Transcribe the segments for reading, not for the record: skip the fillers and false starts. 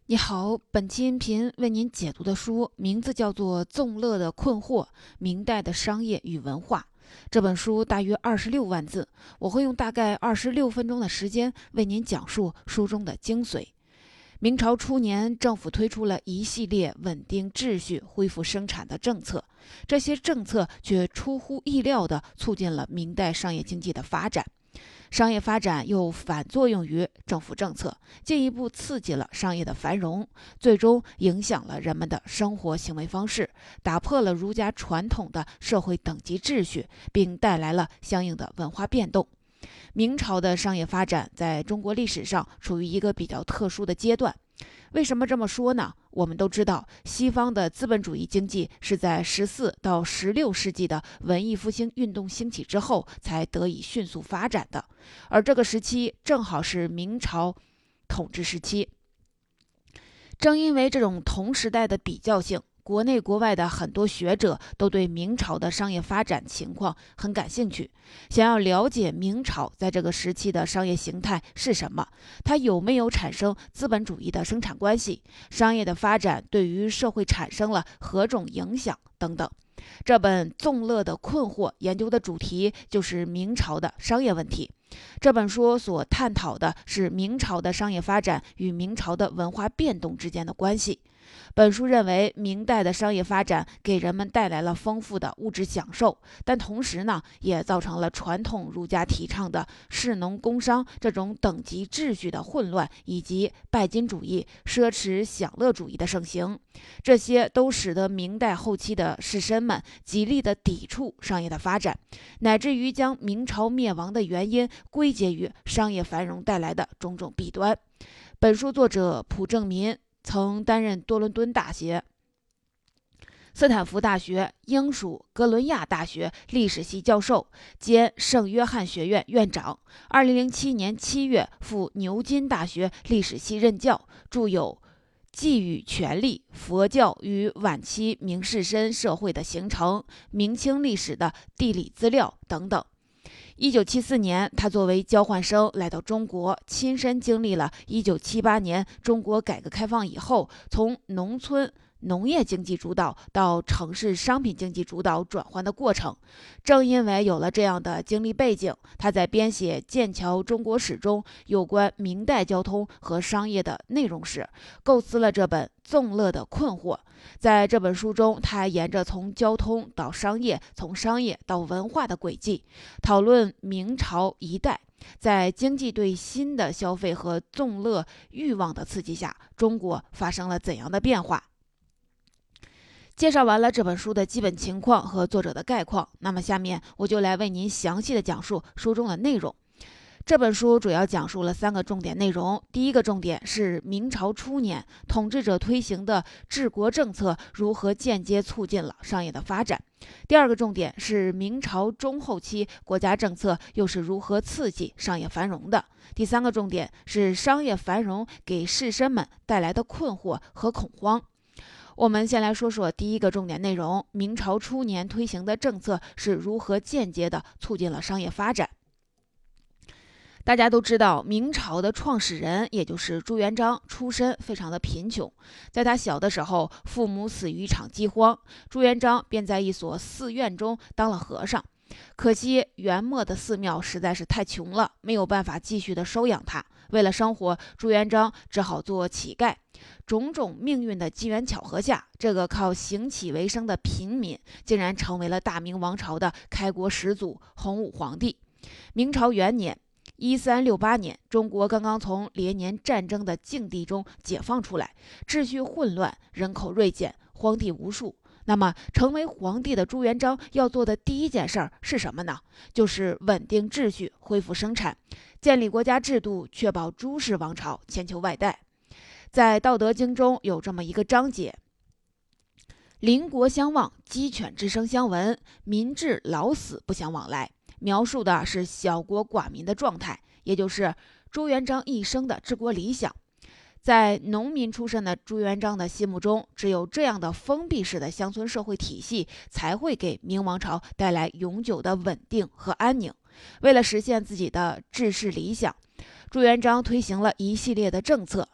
你好，本期音频为您解读的书名字叫做《纵乐的困惑：明代的商业与文化》。这本书大约26万字，我会用大概26分钟的时间为您讲述书中的精髓。明朝初年，政府推出了一系列稳定秩序、恢复生产的政策，这些政策却出乎意料地促进了明代商业经济的发展。商业发展又反作用于政府政策，进一步刺激了商业的繁荣，最终影响了人们的生活行为方式，打破了儒家传统的社会等级秩序，并带来了相应的文化变动。明朝的商业发展在中国历史上处于一个比较特殊的阶段。为什么这么说呢？我们都知道，西方的资本主义经济是在14到16世纪的文艺复兴运动兴起之后才得以迅速发展的，而这个时期正好是明朝统治时期。正因为这种同时代的比较性，国内国外的很多学者都对明朝的商业发展情况很感兴趣，想要了解明朝在这个时期的商业形态是什么，它有没有产生资本主义的生产关系，商业的发展对于社会产生了何种影响等等。这本《纵乐的困惑》研究的主题就是明朝的商业问题。这本书所探讨的是明朝的商业发展与明朝的文化变动之间的关系。本书认为，明代的商业发展给人们带来了丰富的物质享受，但同时呢，也造成了传统儒家提倡的士农工商这种等级秩序的混乱，以及拜金主义、奢侈享乐主义的盛行。这些都使得明代后期的士绅们极力的抵触商业的发展，乃至于将明朝灭亡的原因归结于商业繁荣带来的种种弊端。本书作者蒲正民曾担任多伦多大学、斯坦福大学、英属哥伦亚大学历史系教授兼圣约翰学院院长。2007年7月赴牛津大学历史系任教，著有《寄予权力：佛教与晚期明士绅社会的形成》、明清历史的地理资料等等。1974年，他作为交换生来到中国，亲身经历了1978年中国改革开放以后，从农村农业经济主导到城市商品经济主导转换的过程。正因为有了这样的经历背景，他在编写《剑桥中国史》中有关明代交通和商业的内容时，构思了这本《纵乐的困惑》。在这本书中，他沿着从交通到商业、从商业到文化的轨迹，讨论明朝一代在经济对新的消费和纵乐欲望的刺激下，中国发生了怎样的变化。介绍完了这本书的基本情况和作者的概况，那么下面我就来为您详细的讲述书中的内容。这本书主要讲述了3个重点内容。第一个重点是明朝初年统治者推行的治国政策如何间接促进了商业的发展。第二个重点是明朝中后期国家政策又是如何刺激商业繁荣的。第三个重点是商业繁荣给士绅们带来的困惑和恐慌。我们先来说说第一个重点内容，明朝初年推行的政策是如何间接的促进了商业发展。大家都知道，明朝的创始人也就是朱元璋出身非常的贫穷，在他小的时候，父母死于一场饥荒，朱元璋便在一所寺院中当了和尚。可惜元末的寺庙实在是太穷了，没有办法继续的收养他。为了生活，朱元璋只好做乞丐。种种命运的机缘巧合下，这个靠行乞为生的平民竟然成为了大明王朝的开国始祖洪武皇帝。明朝元年1368年，中国刚刚从连年战争的境地中解放出来，秩序混乱，人口锐减，荒地无数。那么，成为皇帝的朱元璋要做的第一件事是什么呢？就是稳定秩序，恢复生产，建立国家制度，确保朱氏王朝千秋万代。在《道德经》中有这么一个章节：邻国相望，鸡犬之声相闻，民至老死不相往来。描述的是小国寡民的状态，也就是朱元璋一生的治国理想。在农民出身的朱元璋的心目中，只有这样的封闭式的乡村社会体系，才会给明王朝带来永久的稳定和安宁。为了实现自己的治世理想，朱元璋推行了一系列的政策，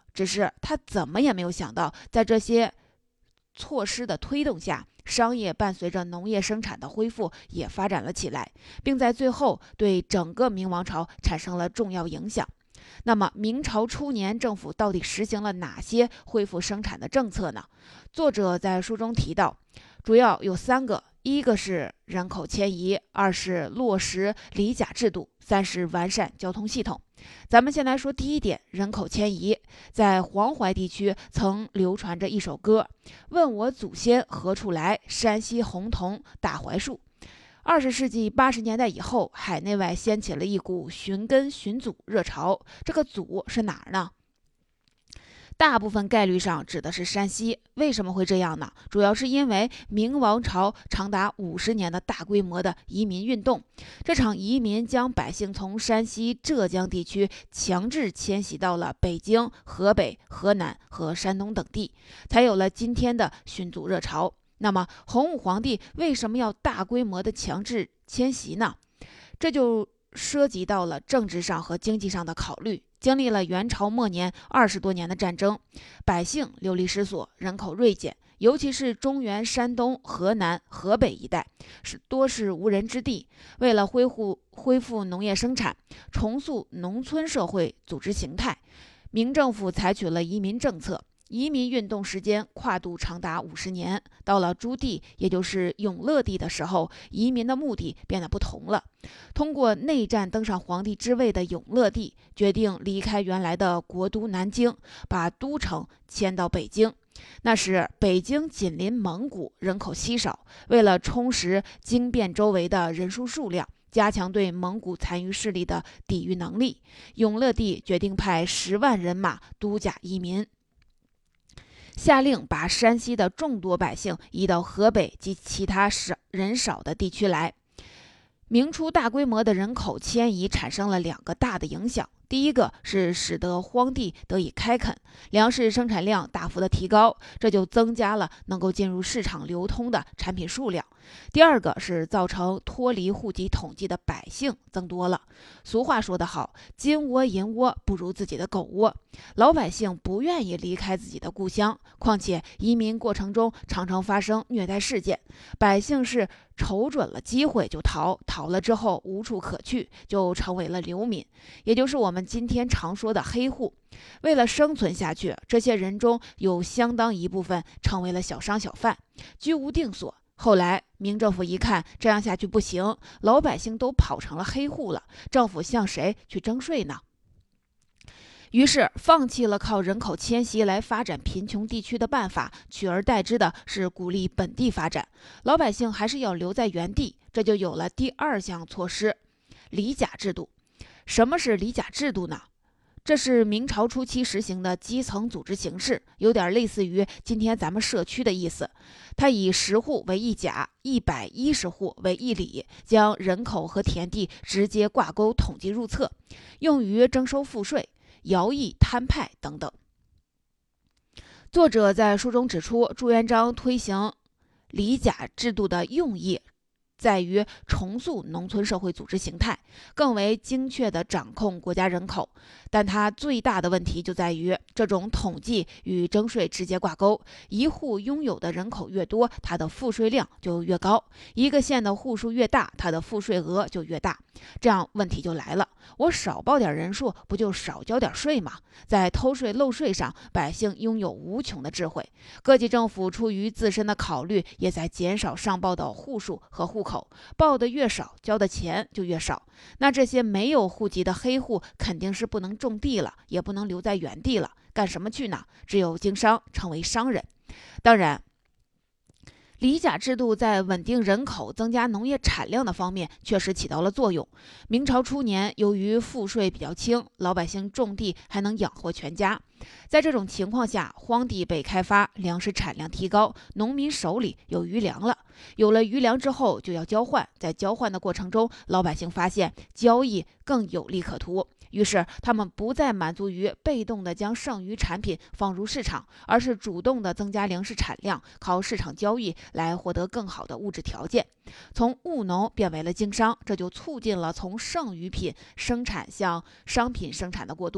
只是他怎么也没有想到，在这些措施的推动下，商业伴随着农业生产的恢复也发展了起来，并在最后对整个明王朝产生了重要影响。那么，明朝初年政府到底实行了哪些恢复生产的政策呢？作者在书中提到，主要有三个：一个是人口迁移，二是落实里甲制度，三是完善交通系统。咱们先来说第一点，人口迁移。在黄淮地区曾流传着一首歌：问我祖先何处来，山西洪洞大槐树。20世纪80年代以后，海内外掀起了一股寻根寻祖热潮。这个祖是哪儿呢？大部分概率上指的是山西。为什么会这样呢？主要是因为明王朝长达50年的大规模的移民运动，这场移民将百姓从山西、浙江地区强制迁徙到了北京、河北、河南和山东等地，才有了今天的寻祖热潮。那么洪武皇帝为什么要大规模的强制迁徙呢？这就涉及到了政治上和经济上的考虑。经历了元朝末年20多年的战争，百姓流离失所，人口锐减，尤其是中原、山东、河南、河北一带多是无人之地。为了恢复农业生产，重塑农村社会组织形态，明政府采取了移民政策。移民运动时间跨度长达50年，到了朱棣，也就是永乐帝的时候，移民的目的变得不同了。通过内战登上皇帝之位的永乐帝决定离开原来的国都南京，把都城迁到北京。那时北京紧邻蒙古，人口稀少，为了充实京汴周围的人数量，加强对蒙古残余势力的抵御能力，永乐帝决定派10万人马都甲移民，下令把山西的众多百姓移到河北及其他人少的地区来。明初大规模的人口迁移产生了2个大的影响。第一个是使得荒地得以开垦，粮食生产量大幅的提高，这就增加了能够进入市场流通的产品数量。第二个是造成脱离户籍统计的百姓增多了。俗话说得好，金窝银窝不如自己的狗窝。老百姓不愿意离开自己的故乡，况且移民过程中常常发生虐待事件，百姓是瞅准了机会就逃，逃了之后无处可去，就成为了流民，也就是我们今天常说的黑户。为了生存下去，这些人中有相当一部分成为了小商小贩，居无定所。后来明政府一看这样下去不行，老百姓都跑成了黑户了，政府向谁去征税呢？于是放弃了靠人口迁徙来发展贫穷地区的办法，取而代之的是鼓励本地发展，老百姓还是要留在原地。这就有了第2项措施，里甲制度。什么是里甲制度呢？这是明朝初期实行的基层组织形式，有点类似于今天咱们社区的意思。它以10户为一甲，110户为一里，将人口和田地直接挂钩统计入册，用于征收赋税、徭役摊派等等。作者在书中指出，朱元璋推行里甲制度的用意在于重塑农村社会组织形态，更为精确地掌控国家人口。但它最大的问题就在于，这种统计与征税直接挂钩，一户拥有的人口越多，它的赋税量就越高；一个县的户数越大，它的赋税额就越大。这样问题就来了，我少报点人数，不就少交点税吗？在偷税漏税上，百姓拥有无穷的智慧，各级政府出于自身的考虑，也在减少上报的户数和户口，报的越少，交的钱就越少。那这些没有户籍的黑户肯定是不能种地了，也不能留在原地了，干什么去呢？只有经商，成为商人。当然，里甲制度在稳定人口、增加农业产量的方面确实起到了作用。明朝初年，由于赋税比较轻，老百姓种地还能养活全家。在这种情况下，荒地被开发，粮食产量提高，农民手里有余粮了。有了余粮之后，就要交换，在交换的过程中，老百姓发现交易更有利可图。于是他们不再满足于被动地将剩余产品放入市场，而是主动地增加粮食产量，靠市场交易来获得更好的物质条件。从务农变为了经商，这就促进了从剩余品生产向商品生产的过渡。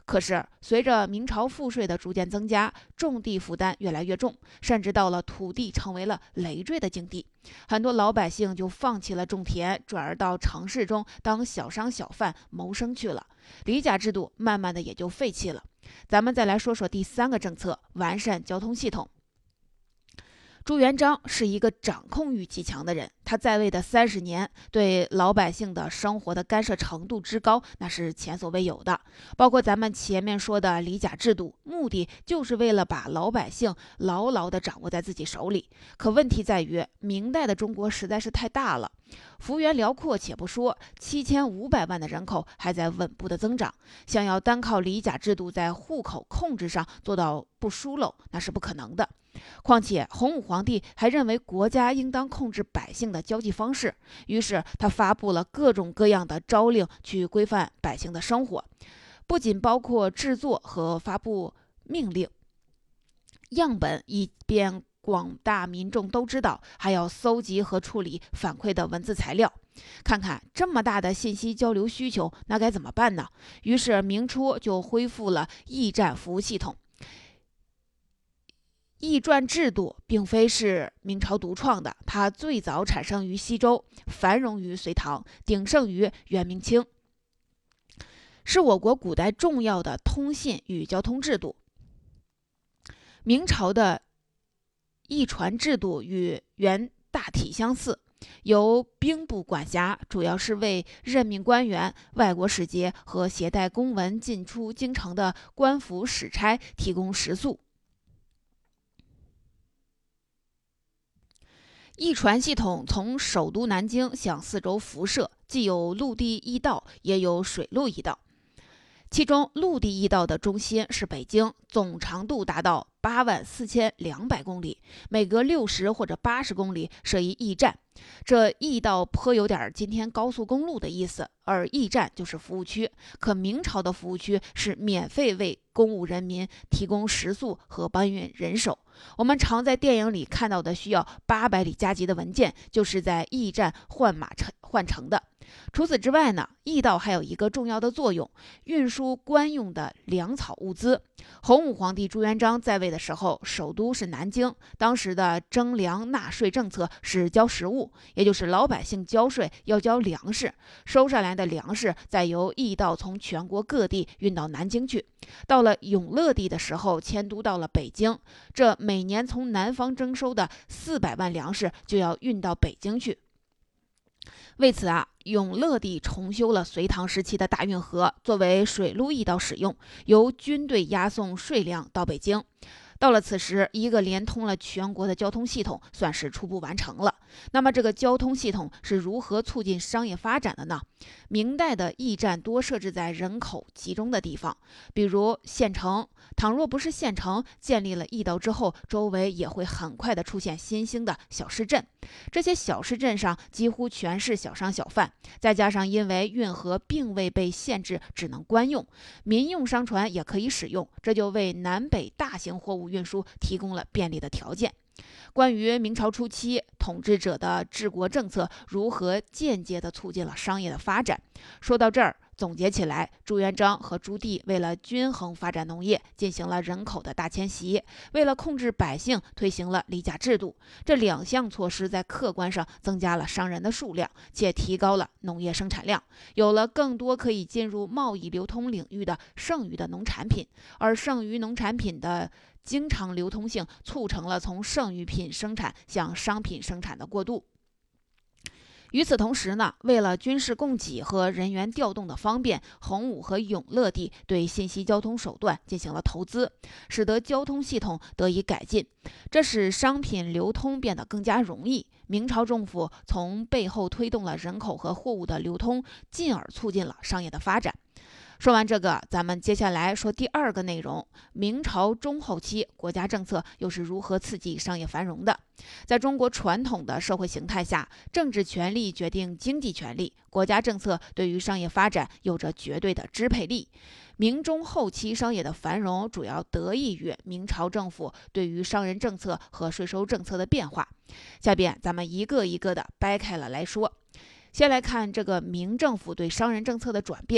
可是，随着明朝赋税的逐渐增加，种地负担越来越重，甚至到了土地成为了累赘的境地，很多老百姓就放弃了种田，转而到城市中当小商小贩谋生去了。厘甲制度慢慢的也就废弃了。咱们再来说说第三个政策，完善交通系统。朱元璋是一个掌控欲极强的人，他在位的30年，对老百姓的生活的干涉程度之高，那是前所未有的。包括咱们前面说的厘甲制度，目的就是为了把老百姓牢牢地掌握在自己手里。可问题在于，明代的中国实在是太大了，幅员辽阔且不说，7500万的人口还在稳步的增长，想要单靠厘甲制度在户口控制上做到不疏漏，那是不可能的。况且洪武皇帝还认为国家应当控制百姓的交际方式，于是他发布了各种各样的诏令去规范百姓的生活，不仅包括制作和发布命令样本，以便广大民众都知道，还要搜集和处理反馈的文字材料。看看这么大的信息交流需求，那该怎么办呢？于是明初就恢复了驿站服务系统。驿传制度并非是明朝独创的，它最早产生于西周，繁荣于隋唐，鼎盛于元明清，是我国古代重要的通信与交通制度。明朝的驿传制度与元大体相似，由兵部管辖，主要是为任命官员、外国使节和携带公文进出京城的官府使差提供食宿。驿传系统从首都南京向四周辐射，既有陆地驿道，也有水陆驿道。其中陆地驿道的中心是北京，总长度达到84200公里，每隔60或者80公里设一驿站。这驿道颇有点今天高速公路的意思，而驿站就是服务区。可明朝的服务区是免费为公务人民提供食宿和搬运人手。我们常在电影里看到的需要800里加急的文件，就是在驿站换成的。除此之外呢，驿道还有一个重要的作用，运输官用的粮草物资。洪武皇帝朱元璋在位的时候，首都是南京，当时的征粮纳税政策是交实物，也就是老百姓交税要交粮食，收上来的粮食再由驿道从全国各地运到南京去。到了永乐帝的时候，迁都到了北京，这每年从南方征收的400万粮食就要运到北京去。为此永乐帝重修了隋唐时期的大运河，作为水陆驿道使用，由军队押送税粮到北京。到了此时，一个连通了全国的交通系统算是初步完成了。那么这个交通系统是如何促进商业发展的呢？明代的驿站多设置在人口集中的地方，比如县城。倘若不是县城，建立了驿道之后，周围也会很快的出现新兴的小市镇。这些小市镇上几乎全是小商小贩，再加上因为运河并未被限制只能官用，民用商船也可以使用，这就为南北大型货物运输提供了便利的条件。关于明朝初期统治者的治国政策如何间接地促进了商业的发展，说到这儿，总结起来，朱元璋和朱棣为了均衡发展农业，进行了人口的大迁徙；为了控制百姓，推行了厘甲制度。这2项措施在客观上增加了商人的数量，且提高了农业生产量，有了更多可以进入贸易流通领域的剩余的农产品，而剩余农产品的经常流通性促成了从剩余品生产向商品生产的过渡。与此同时呢，为了军事供给和人员调动的方便，洪武和永乐帝对信息交通手段进行了投资，使得交通系统得以改进，这使商品流通变得更加容易。明朝政府从背后推动了人口和货物的流通，进而促进了商业的发展。说完这个，咱们接下来说第2个内容，明朝中后期国家政策又是如何刺激商业繁荣的。在中国传统的社会形态下，政治权力决定经济权力，国家政策对于商业发展有着绝对的支配力。明中后期商业的繁荣主要得益于明朝政府对于商人政策和税收政策的变化。下边咱们一个一个的掰开了来说。先来看这个明政府对商人政策的转变。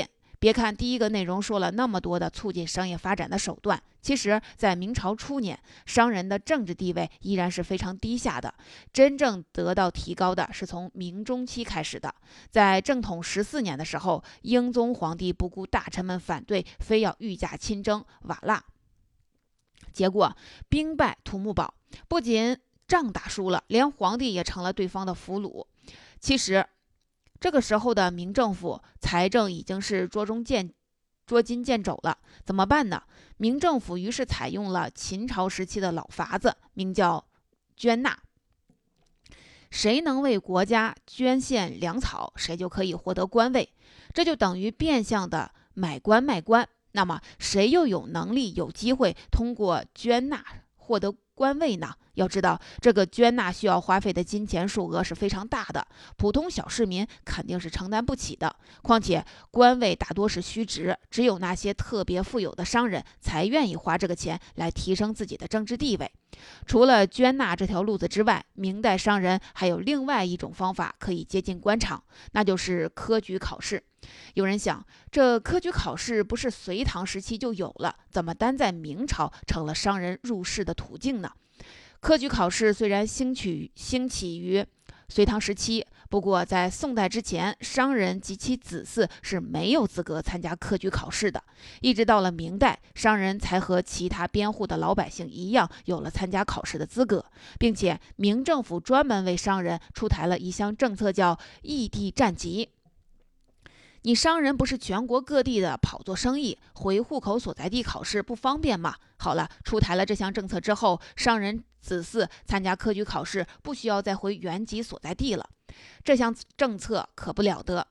别看第一个内容说了那么多的促进商业发展的手段，其实在明朝初年，商人的政治地位依然是非常低下的，真正得到提高的是从明中期开始的。在正统14年的时候，英宗皇帝不顾大臣们反对，非要御驾亲征瓦剌，结果兵败土木堡，不仅仗打输了，连皇帝也成了对方的俘虏。其实这个时候的明政府财政已经是捉襟见肘了，怎么办呢？明政府于是采用了秦朝时期的老法子，名叫捐纳。谁能为国家捐献粮草，谁就可以获得官位，这就等于变相的买官卖官。那么谁又有能力有机会通过捐纳获得官位呢？要知道，这个捐纳需要花费的金钱数额是非常大的，普通小市民肯定是承担不起的。况且官位大多是虚职，只有那些特别富有的商人才愿意花这个钱来提升自己的政治地位。除了捐纳这条路子之外，明代商人还有另外一种方法可以接近官场，那就是科举考试。有人想，这科举考试不是隋唐时期就有了，怎么单在明朝成了商人入仕的途径呢？科举考试虽然兴起于隋唐时期，不过在宋代之前，商人及其子嗣是没有资格参加科举考试的。一直到了明代，商人才和其他边户的老百姓一样，有了参加考试的资格，并且明政府专门为商人出台了一项政策，叫异地占籍。你商人不是全国各地的跑做生意，回户口所在地考试不方便吗？好了，出台了这项政策之后，商人子嗣参加科举考试不需要再回原籍所在地了。这项政策可不了得，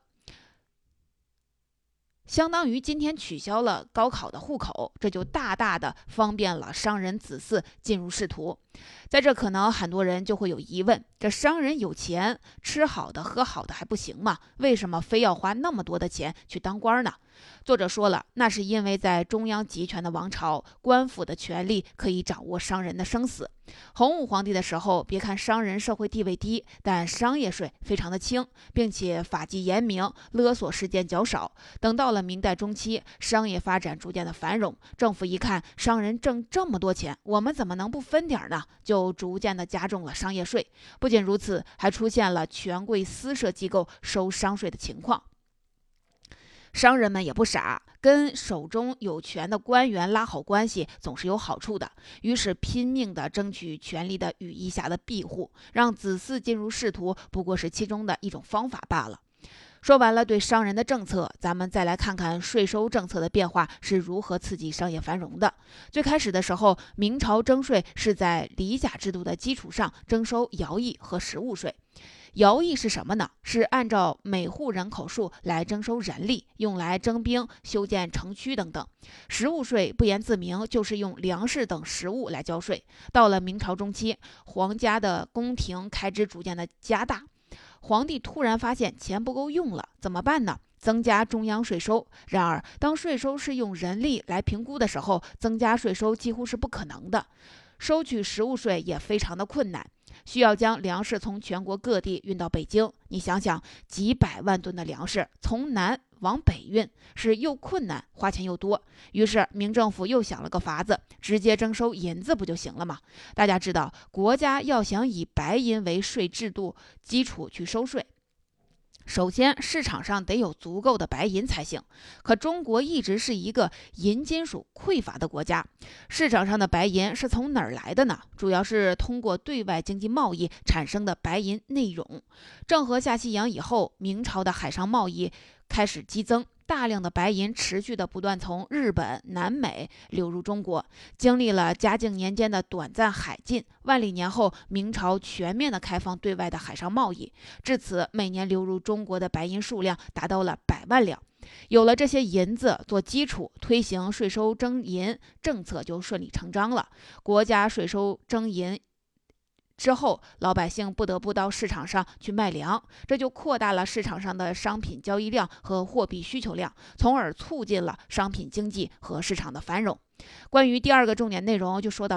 相当于今天取消了高考的户口，这就大大的方便了商人子嗣进入仕途。在这可能很多人就会有疑问，这商人有钱，吃好的喝好的还不行吗？为什么非要花那么多的钱去当官呢？作者说了，那是因为在中央集权的王朝，官府的权力可以掌握商人的生死。洪武皇帝的时候，别看商人社会地位低，但商业税非常的轻，并且法纪严明，勒索事件较少。等到了明代中期，商业发展逐渐的繁荣，政府一看商人挣这么多钱，我们怎么能不分点呢？就逐渐的加重了商业税。不仅如此，还出现了权贵私设机构收商税的情况。商人们也不傻，跟手中有权的官员拉好关系总是有好处的，于是拼命地争取权力的羽翼下的庇护，让子嗣进入仕途不过是其中的一种方法罢了。说完了对商人的政策，咱们再来看看税收政策的变化是如何刺激商业繁荣的。最开始的时候，明朝征税是在里甲制度的基础上征收徭役和实物税。徭役是什么呢？是按照每户人口数来征收人力，用来征兵、修建城区等等。实物税不言自明，就是用粮食等实物来交税。到了明朝中期，皇家的宫廷开支逐渐的加大，皇帝突然发现钱不够用了，怎么办呢？增加中央税收。然而，当税收是用人力来评估的时候，增加税收几乎是不可能的。收取实物税也非常的困难，需要将粮食从全国各地运到北京。你想想，几百万吨的粮食从南往北运，是又困难，花钱又多。于是明政府又想了个法子，直接征收银子不就行了吗？大家知道，国家要想以白银为税制度基础去收税，首先，市场上得有足够的白银才行。可中国一直是一个银金属匮乏的国家，市场上的白银是从哪儿来的呢？主要是通过对外经济贸易产生的白银内容。郑和下西洋以后，明朝的海上贸易开始激增，大量的白银持续的不断从日本、南美流入中国。经历了嘉靖年间的短暂海禁，万历年后明朝全面的开放对外的海上贸易，至此每年流入中国的白银数量达到了100万两。有了这些银子做基础，推行税收征银政策就顺理成章了。国家税收征银之后，老百姓不得不到市场上去卖粮，这就扩大了市场上的商品交易量和货币需求量，从而促进了商品经济和市场的繁荣。关于第二个重点内容就说到这儿。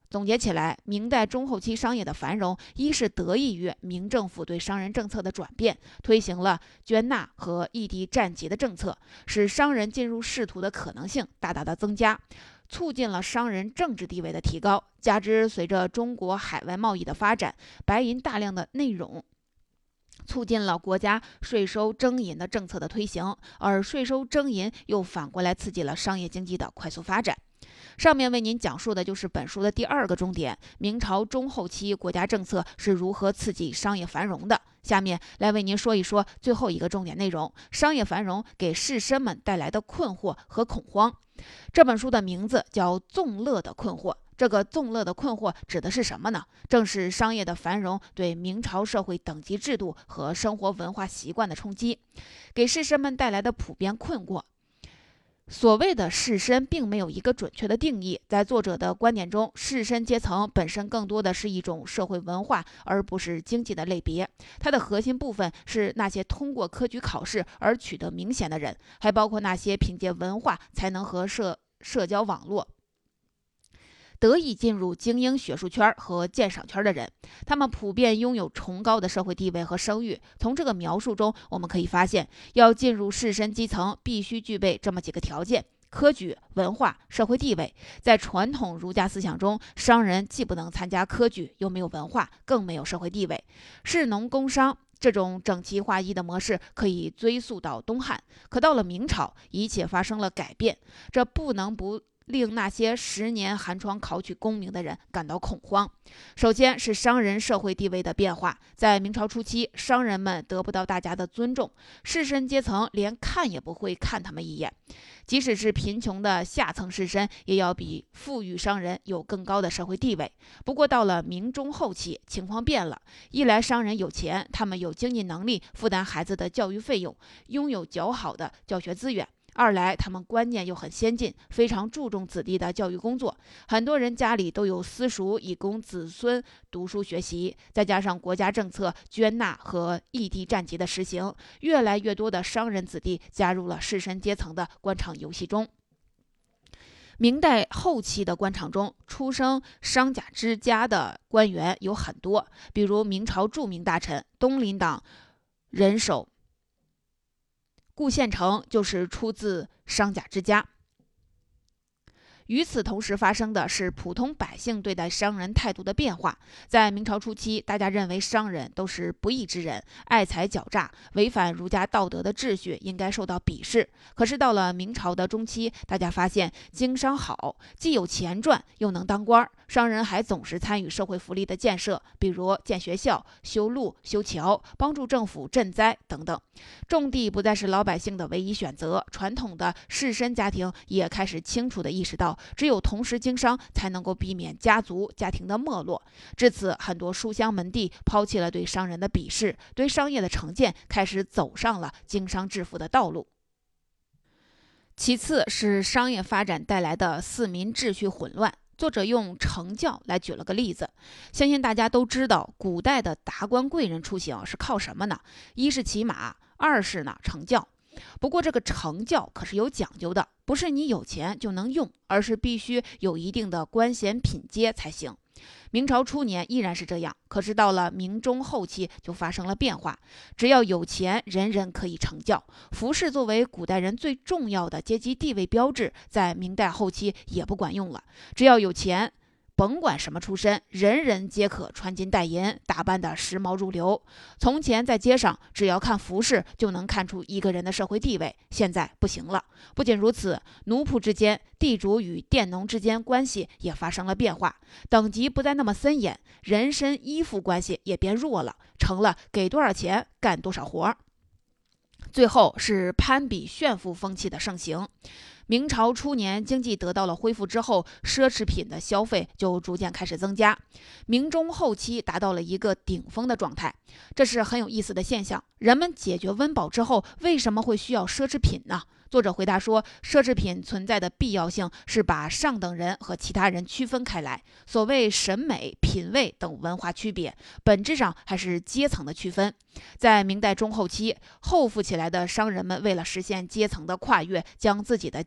总结起来，明代中后期商业的繁荣，一是得益于明政府对商人政策的转变，推行了捐纳和异地占籍的政策，使商人进入仕途的可能性大大的增加，促进了商人政治地位的提高。加之随着中国海外贸易的发展，白银大量的内容，促进了国家税收征银的政策的推行，而税收征银又反过来刺激了商业经济的快速发展。上面为您讲述的就是本书的第二个重点，明朝中后期国家政策是如何刺激商业繁荣的。下面来为您说一说最后一个重点内容，商业繁荣给士绅们带来的困惑和恐慌。这本书的名字叫《纵乐的困惑》，这个纵乐的困惑指的是什么呢？正是商业的繁荣对明朝社会等级制度和生活文化习惯的冲击，给士绅们带来的普遍困惑。所谓的士绅并没有一个准确的定义，在作者的观点中，士绅阶层本身更多的是一种社会文化，而不是经济的类别。它的核心部分是那些通过科举考试而取得名衔的人，还包括那些凭借文化才能和社交网络得以进入精英学术圈和鉴赏圈的人，他们普遍拥有崇高的社会地位和声誉。从这个描述中，我们可以发现，要进入士绅基层，必须具备这么几个条件：科举、文化、社会地位。在传统儒家思想中，商人既不能参加科举，又没有文化，更没有社会地位。士农工商这种整齐划一的模式可以追溯到东汉，可到了明朝，一切发生了改变，这不能不令那些10年寒窗考取功名的人感到恐慌。首先是商人社会地位的变化，在明朝初期，商人们得不到大家的尊重，士绅阶层连看也不会看他们一眼，即使是贫穷的下层士绅，也要比富裕商人有更高的社会地位。不过到了明中后期，情况变了，一来商人有钱，他们有经济能力负担孩子的教育费用，拥有较好的教学资源；二来，他们观念又很先进，非常注重子弟的教育工作，很多人家里都有私塾以供子孙读书学习。再加上国家政策捐纳和异地占籍的实行，越来越多的商人子弟加入了士绅阶层的官场游戏中。明代后期的官场中，出生商贾之家的官员有很多，比如明朝著名大臣东林党人首顾宪成就是出自商贾之家。与此同时发生的是普通百姓对待商人态度的变化。在明朝初期，大家认为商人都是不义之人，爱财狡诈，违反儒家道德的秩序，应该受到鄙视。可是到了明朝的中期，大家发现经商好，既有钱赚，又能当官，商人还总是参与社会福利的建设，比如建学校、修路、修桥，帮助政府赈灾等等。种地不再是老百姓的唯一选择，传统的士绅家庭也开始清楚地意识到，只有同时经商才能够避免家庭的没落。至此，很多书香门第抛弃了对商人的鄙视，对商业的成见，开始走上了经商致富的道路。其次是商业发展带来的四民秩序混乱。作者用成教来举了个例子，相信大家都知道，古代的达官贵人出行是靠什么呢？一是骑马，二是成教。不过这个成教可是有讲究的，不是你有钱就能用，而是必须有一定的官衔品阶才行。明朝初年依然是这样，可是到了明中后期就发生了变化，只要有钱，人人可以成教。服饰作为古代人最重要的阶级地位标志，在明代后期也不管用了，只要有钱，甭管什么出身，人人皆可穿金戴银，打扮得时髦入流。从前在街上，只要看服饰就能看出一个人的社会地位，现在不行了。不仅如此，奴仆之间、地主与佃农之间关系也发生了变化，等级不再那么森严，人身依附关系也变弱了，成了给多少钱干多少活。最后是攀比炫富风气的盛行。明朝初年经济得到了恢复之后，奢侈品的消费就逐渐开始增加，明中后期达到了一个顶峰的状态。这是很有意思的现象，人们解决温饱之后，为什么会需要奢侈品呢？作者回答说，奢侈品存在的必要性是把上等人和其他人区分开来。所谓审美、品味等文化区别，本质上还是阶层的区分。在明代中后期，后富起来的商人们为了实现阶层的跨越，将自己的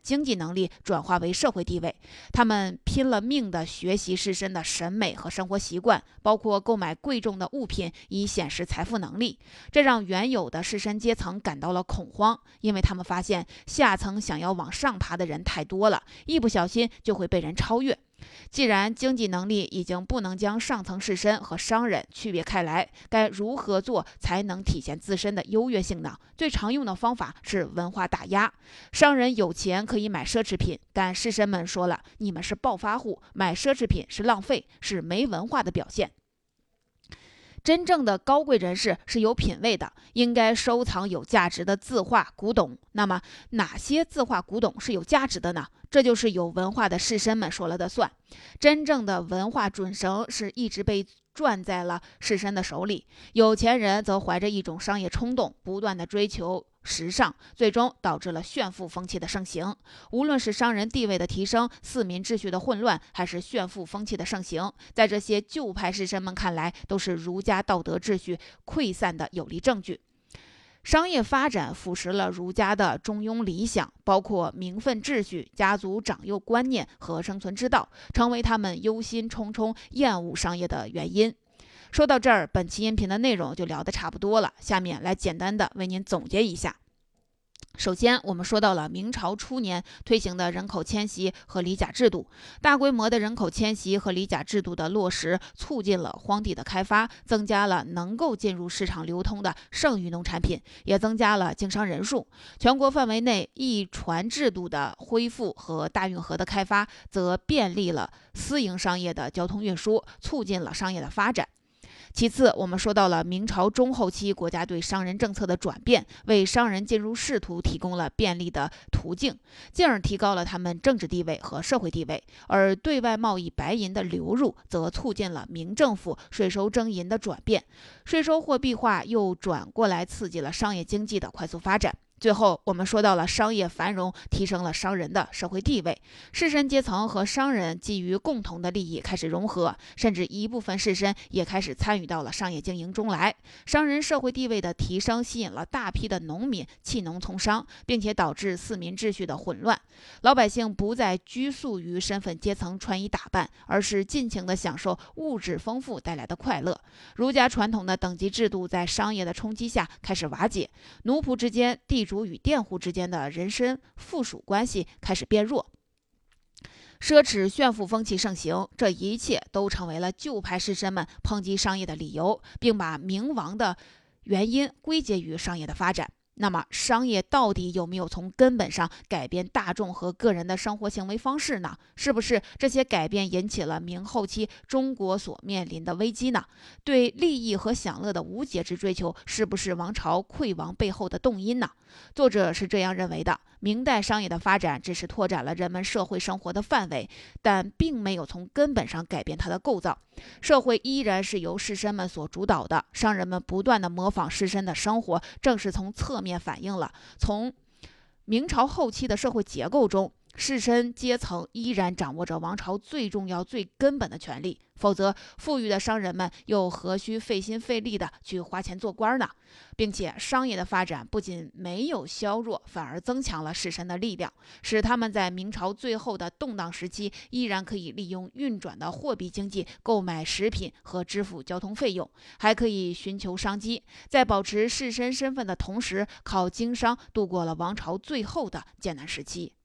经济能力转化为社会地位。他们拼了命地学习士绅的审美和生活习惯，包括购买贵重的物品以显示财富能力。这让原有的士绅阶层感到了恐慌，因为他们发现下层想要往上爬的人太多了，一不小心就会被人超越。既然经济能力已经不能将上层士绅和商人区别开来，该如何做才能体现自身的优越性呢？最常用的方法是文化打压。商人有钱可以买奢侈品，但士绅们说了，你们是暴发户，买奢侈品是浪费，是没文化的表现。真正的高贵人士是有品位的，应该收藏有价值的字画、古董。那么，哪些字画、古董是有价值的呢？这就是有文化的士绅们说了的算。真正的文化准绳是一直被攥在了士绅的手里，有钱人则怀着一种商业冲动，不断的追求时尚，最终导致了炫富风气的盛行。无论是商人地位的提升、四民秩序的混乱，还是炫富风气的盛行，在这些旧派士绅们看来，都是儒家道德秩序溃散的有力证据。商业发展腐蚀了儒家的中庸理想，包括名分秩序、家族长幼观念和生存之道，成为他们忧心忡忡、厌恶商业的原因。说到这儿，本期音频的内容就聊得差不多了，下面来简单的为您总结一下。首先，我们说到了明朝初年推行的人口迁徙和里甲制度。大规模的人口迁徙和里甲制度的落实，促进了荒地的开发，增加了能够进入市场流通的剩余农产品，也增加了经商人数。全国范围内一船制度的恢复和大运河的开发，则便利了私营商业的交通运输，促进了商业的发展。其次，我们说到了明朝中后期国家对商人政策的转变，为商人进入仕途提供了便利的途径，进而提高了他们政治地位和社会地位。而对外贸易白银的流入，则促进了明政府税收征银的转变，税收货币化又转过来刺激了商业经济的快速发展。最后，我们说到了商业繁荣提升了商人的社会地位，士绅阶层和商人基于共同的利益开始融合，甚至一部分士绅也开始参与到了商业经营中来。商人社会地位的提升吸引了大批的农民弃农从商，并且导致四民秩序的混乱。老百姓不再拘束于身份阶层穿衣打扮，而是尽情地享受物质丰富带来的快乐。儒家传统的等级制度在商业的冲击下开始瓦解，奴仆之间、地主与佃户之间的人身附属关系开始变弱，奢侈炫富风气盛行，这一切都成为了旧派士绅们抨击商业的理由，并把明亡的原因归结于商业的发展。那么，商业到底有没有从根本上改变大众和个人的生活行为方式呢？是不是这些改变引起了明后期中国所面临的危机呢？对利益和享乐的无节制追求，是不是王朝溃亡背后的动因呢？作者是这样认为的：明代商业的发展只是拓展了人们社会生活的范围，但并没有从根本上改变它的构造。社会依然是由士绅们所主导的，商人们不断地模仿士绅的生活，正是从侧面反映了从明朝后期的社会结构中，士绅阶层依然掌握着王朝最重要、最根本的权利，否则富裕的商人们又何须费心费力的去花钱做官呢？并且商业的发展不仅没有削弱，反而增强了士绅的力量，使他们在明朝最后的动荡时期依然可以利用运转的货币经济购买食品和支付交通费用，还可以寻求商机，在保持士绅身份的同时，靠经商度过了王朝最后的艰难时期。